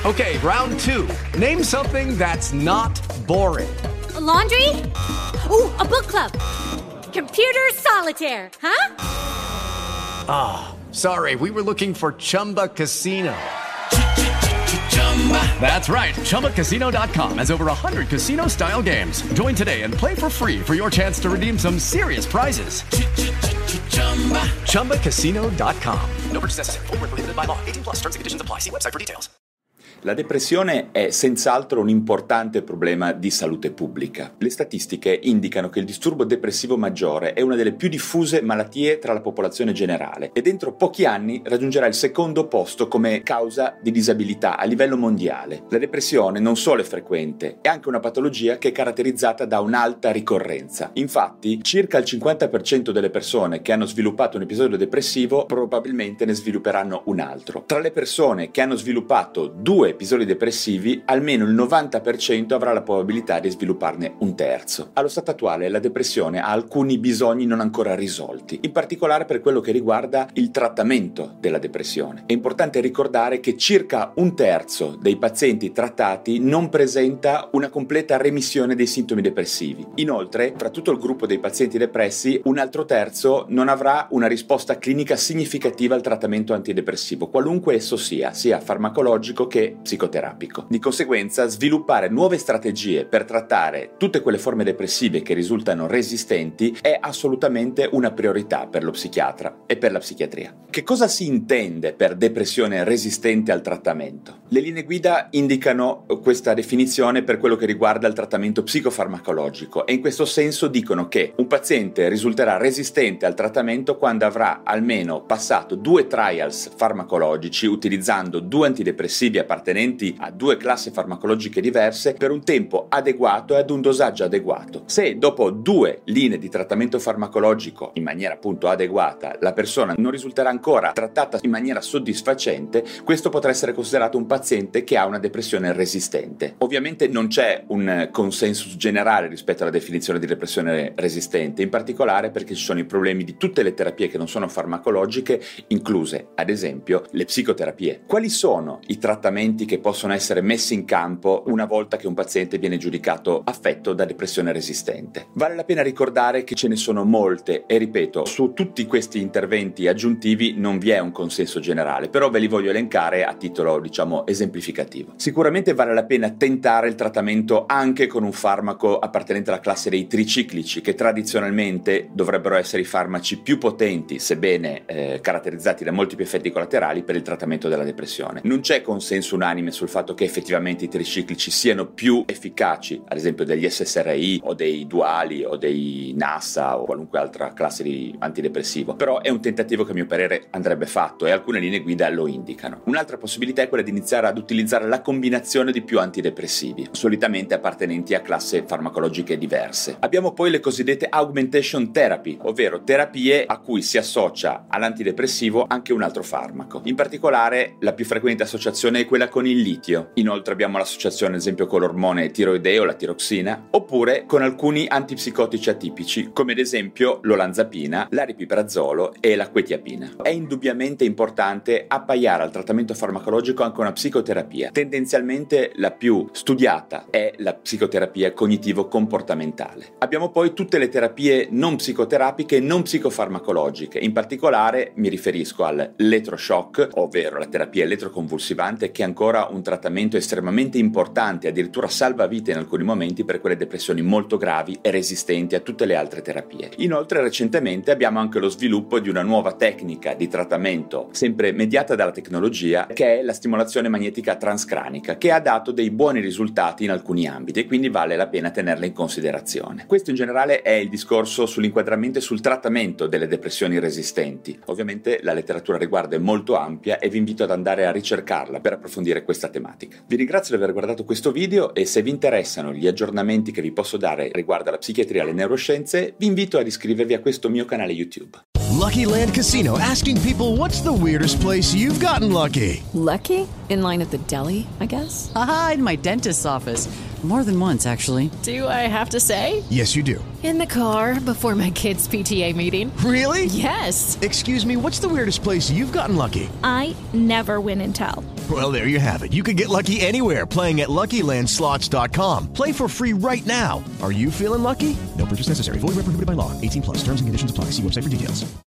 Okay, round two. Name something that's not boring. A laundry? Ooh, a book club. Computer solitaire, huh? Ah, sorry, we were looking for Chumba Casino. That's right, ChumbaCasino.com has over 100 casino-style games. Join today and play for free for your chance to redeem some serious prizes. ChumbaCasino.com. No purchase necessary. Void where prohibited by law. 18+ terms and conditions apply. See website for details. La depressione è senz'altro un importante problema di salute pubblica. Le statistiche indicano che il disturbo depressivo maggiore è una delle più diffuse malattie tra la popolazione generale e dentro pochi anni raggiungerà il secondo posto come causa di disabilità a livello mondiale. La depressione non solo è frequente, è anche una patologia che è caratterizzata da un'alta ricorrenza. Infatti, circa il 50% delle persone che hanno sviluppato un episodio depressivo probabilmente ne svilupperanno un altro. Tra le persone che hanno sviluppato 2 episodi depressivi, almeno il 90% avrà la probabilità di svilupparne un terzo. Allo stato attuale la depressione ha alcuni bisogni non ancora risolti, in particolare per quello che riguarda il trattamento della depressione. È importante ricordare che circa un terzo dei pazienti trattati non presenta una completa remissione dei sintomi depressivi. Inoltre, fra tutto il gruppo dei pazienti depressi, un altro terzo non avrà una risposta clinica significativa al trattamento antidepressivo, qualunque esso sia farmacologico che psicoterapico. Di conseguenza, sviluppare nuove strategie per trattare tutte quelle forme depressive che risultano resistenti è assolutamente una priorità per lo psichiatra e per la psichiatria. Che cosa si intende per depressione resistente al trattamento? Le linee guida indicano questa definizione per quello che riguarda il trattamento psicofarmacologico e in questo senso dicono che un paziente risulterà resistente al trattamento quando avrà almeno passato 2 trials farmacologici utilizzando 2 antidepressivi appartenenti a 2 classi farmacologiche diverse per un tempo adeguato e ad un dosaggio adeguato. Se dopo 2 linee di trattamento farmacologico in maniera appunto adeguata la persona non risulterà ancora trattata in maniera soddisfacente, questo potrà essere considerato un paziente che ha una depressione resistente. Ovviamente non c'è un consensus generale rispetto alla definizione di depressione resistente, in particolare perché ci sono i problemi di tutte le terapie che non sono farmacologiche, incluse ad esempio le psicoterapie. Quali sono i trattamenti che possono essere messi in campo una volta che un paziente viene giudicato affetto da depressione resistente? Vale la pena ricordare che ce ne sono molte e ripeto, su tutti questi interventi aggiuntivi non vi è un consenso generale, però ve li voglio elencare a titolo, esemplificativo. Sicuramente vale la pena tentare il trattamento anche con un farmaco appartenente alla classe dei triciclici, che tradizionalmente dovrebbero essere i farmaci più potenti, sebbene caratterizzati da molti più effetti collaterali per il trattamento della depressione. Non c'è consenso unanime sul fatto che effettivamente i triciclici siano più efficaci, ad esempio degli SSRI o dei duali o dei NASA o qualunque altra classe di antidepressivo, però è un tentativo che a mio parere andrebbe fatto e alcune linee guida lo indicano. Un'altra possibilità è quella di iniziare ad utilizzare la combinazione di più antidepressivi, solitamente appartenenti a classi farmacologiche diverse. Abbiamo poi le cosiddette augmentation therapy, ovvero terapie a cui si associa all'antidepressivo anche un altro farmaco. In particolare la più frequente associazione è quella con il litio. Inoltre abbiamo l'associazione ad esempio con l'ormone tiroideo, la tiroxina, oppure con alcuni antipsicotici atipici come ad esempio l'olanzapina, l'aripiprazolo e la quetiapina. È indubbiamente importante appaiare al trattamento farmacologico anche una psicoterapia. Tendenzialmente la più studiata è la psicoterapia cognitivo-comportamentale. Abbiamo poi tutte le terapie non psicoterapiche e non psicofarmacologiche. In particolare mi riferisco all'elettroshock, ovvero la terapia elettroconvulsivante, che è ancora un trattamento estremamente importante, addirittura salvavite in alcuni momenti per quelle depressioni molto gravi e resistenti a tutte le altre terapie. Inoltre recentemente abbiamo anche lo sviluppo di una nuova tecnica di trattamento, sempre mediata dalla tecnologia, che è la stimolazione magnetica transcranica, che ha dato dei buoni risultati in alcuni ambiti e quindi vale la pena tenerla in considerazione. Questo in generale è il discorso sull'inquadramento e sul trattamento delle depressioni resistenti. Ovviamente la letteratura a riguardo è molto ampia e vi invito ad andare a ricercarla per approfondire questa tematica. Vi ringrazio di aver guardato questo video e se vi interessano gli aggiornamenti che vi posso dare riguardo alla psichiatria e alle neuroscienze, vi invito ad iscrivervi a questo mio canale YouTube. Lucky Land Casino, asking people, what's the weirdest place you've gotten lucky? Lucky? In line at the deli, I guess? Aha, in my dentist's office. More than once, actually. Do I have to say? Yes, you do. In the car before my kids' PTA meeting. Really? Yes. Excuse me, what's the weirdest place you've gotten lucky? I never win and tell. Well, there you have it. You can get lucky anywhere, playing at LuckyLandSlots.com. Play for free right now. Are you feeling lucky? No purchase necessary. Void where prohibited by law. 18 plus. Terms and conditions apply. See website for details.